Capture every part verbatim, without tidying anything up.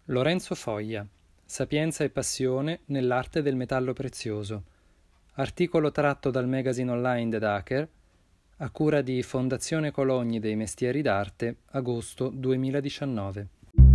Lorenzo Foglia. Sapienza e passione nell'arte del metallo prezioso. Articolo tratto dal magazine online The Daker, a cura di Fondazione Cologni dei Mestieri d'Arte, agosto duemiladiciannove.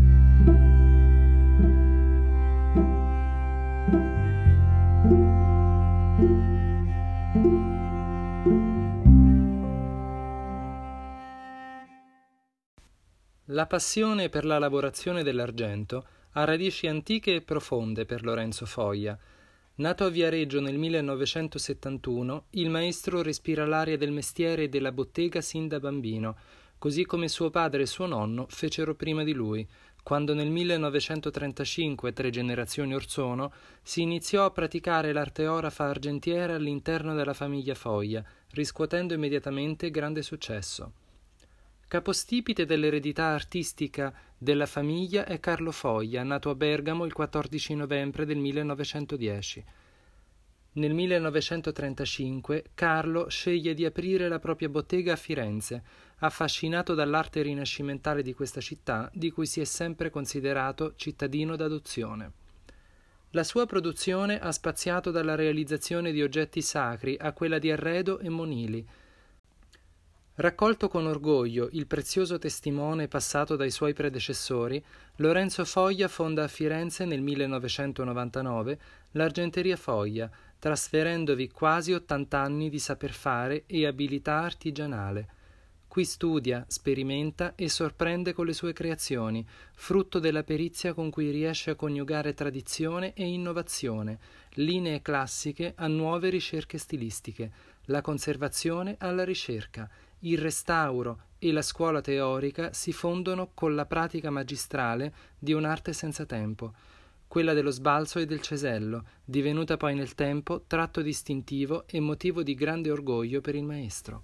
La passione per la lavorazione dell'argento ha radici antiche e profonde per Lorenzo Foglia. Nato a Viareggio nel millenovecentosettantuno, il maestro respira l'aria del mestiere e della bottega sin da bambino, così come suo padre e suo nonno fecero prima di lui, quando nel millenovecentotrentacinque, tre generazioni or sono, si iniziò a praticare l'arteografa argentiera all'interno della famiglia Foglia, riscuotendo immediatamente grande successo. Capostipite dell'eredità artistica della famiglia è Carlo Foglia, nato a Bergamo il quattordici novembre del millenovecentodieci. Nel millenovecentotrentacinque Carlo sceglie di aprire la propria bottega a Firenze, affascinato dall'arte rinascimentale di questa città, di cui si è sempre considerato cittadino d'adozione. La sua produzione ha spaziato dalla realizzazione di oggetti sacri a quella di arredo e monili. Raccolto con orgoglio il prezioso testimone passato dai suoi predecessori, Lorenzo Foglia fonda a Firenze nel millenovecentonovantanove l'Argenteria Foglia, trasferendovi quasi ottanta anni di saper fare e abilità artigianale. Qui studia, sperimenta e sorprende con le sue creazioni, frutto della perizia con cui riesce a coniugare tradizione e innovazione, linee classiche a nuove ricerche stilistiche, la conservazione alla ricerca. Il restauro e la scuola teorica si fondono con la pratica magistrale di un'arte senza tempo, quella dello sbalzo e del cesello, divenuta poi nel tempo tratto distintivo e motivo di grande orgoglio per il maestro.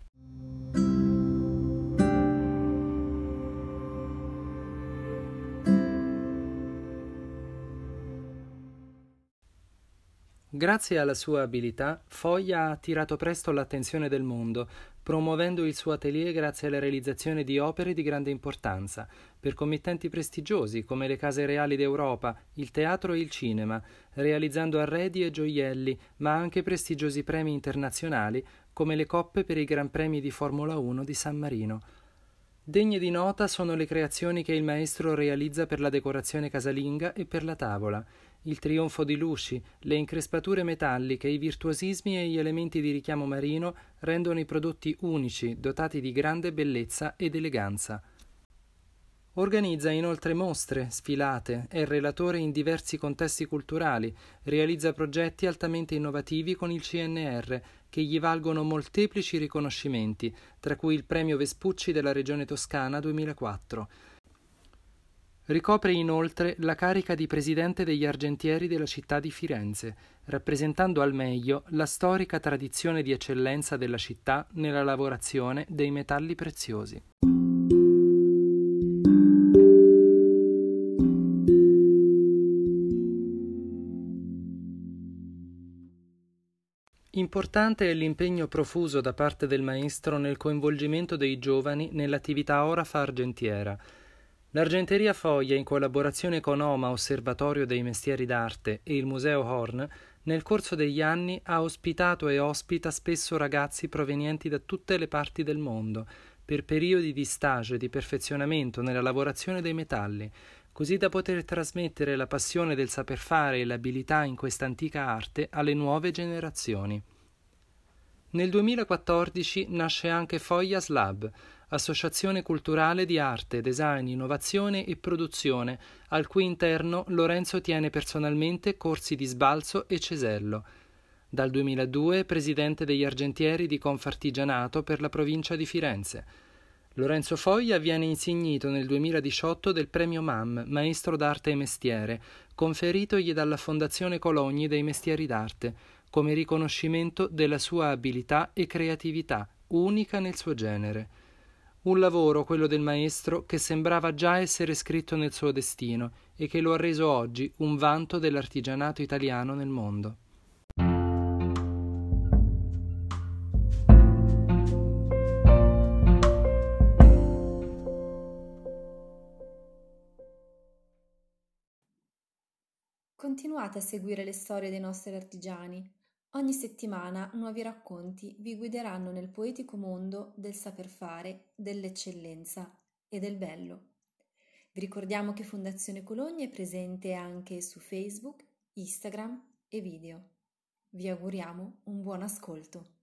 Grazie alla sua abilità, Foglia ha attirato presto l'attenzione del mondo, promuovendo il suo atelier grazie alla realizzazione di opere di grande importanza, per committenti prestigiosi come le Case Reali d'Europa, il teatro e il cinema, realizzando arredi e gioielli, ma anche prestigiosi premi internazionali come le coppe per i Gran Premi di Formula uno di San Marino. Degne di nota sono le creazioni che il maestro realizza per la decorazione casalinga e per la tavola. Il trionfo di luci, le increspature metalliche, i virtuosismi e gli elementi di richiamo marino rendono i prodotti unici, dotati di grande bellezza ed eleganza. Organizza inoltre mostre, sfilate, è relatore in diversi contesti culturali, realizza progetti altamente innovativi con il C N R, che gli valgono molteplici riconoscimenti, tra cui il Premio Vespucci della Regione Toscana duemilaquattro. Ricopre inoltre la carica di presidente degli argentieri della città di Firenze, rappresentando al meglio la storica tradizione di eccellenza della città nella lavorazione dei metalli preziosi. Importante è l'impegno profuso da parte del maestro nel coinvolgimento dei giovani nell'attività orafa argentiera. L'Argenteria Foglia, in collaborazione con OMA Osservatorio dei Mestieri d'Arte e il Museo Horn, nel corso degli anni ha ospitato e ospita spesso ragazzi provenienti da tutte le parti del mondo, per periodi di stage e di perfezionamento nella lavorazione dei metalli, così da poter trasmettere la passione del saper fare e l'abilità in questa antica arte alle nuove generazioni. Nel duemilaquattordici nasce anche Foglia's Lab, associazione culturale di arte, design, innovazione e produzione, al cui interno Lorenzo tiene personalmente corsi di sbalzo e cesello. Dal duemiladue è presidente degli argentieri di Confartigianato per la provincia di Firenze. Lorenzo Foglia viene insignito nel duemiladiciotto del premio M A M, Maestro d'Arte e Mestiere, conferitogli dalla Fondazione Cologni dei Mestieri d'Arte, come riconoscimento della sua abilità e creatività, unica nel suo genere. Un lavoro, quello del maestro, che sembrava già essere scritto nel suo destino e che lo ha reso oggi un vanto dell'artigianato italiano nel mondo. continuate a seguire le storie dei nostri artigiani. Ogni settimana nuovi racconti vi guideranno nel poetico mondo del saper fare, dell'eccellenza e del bello. Vi ricordiamo che Fondazione Cologni è presente anche su Facebook, Instagram e video. Vi auguriamo un buon ascolto.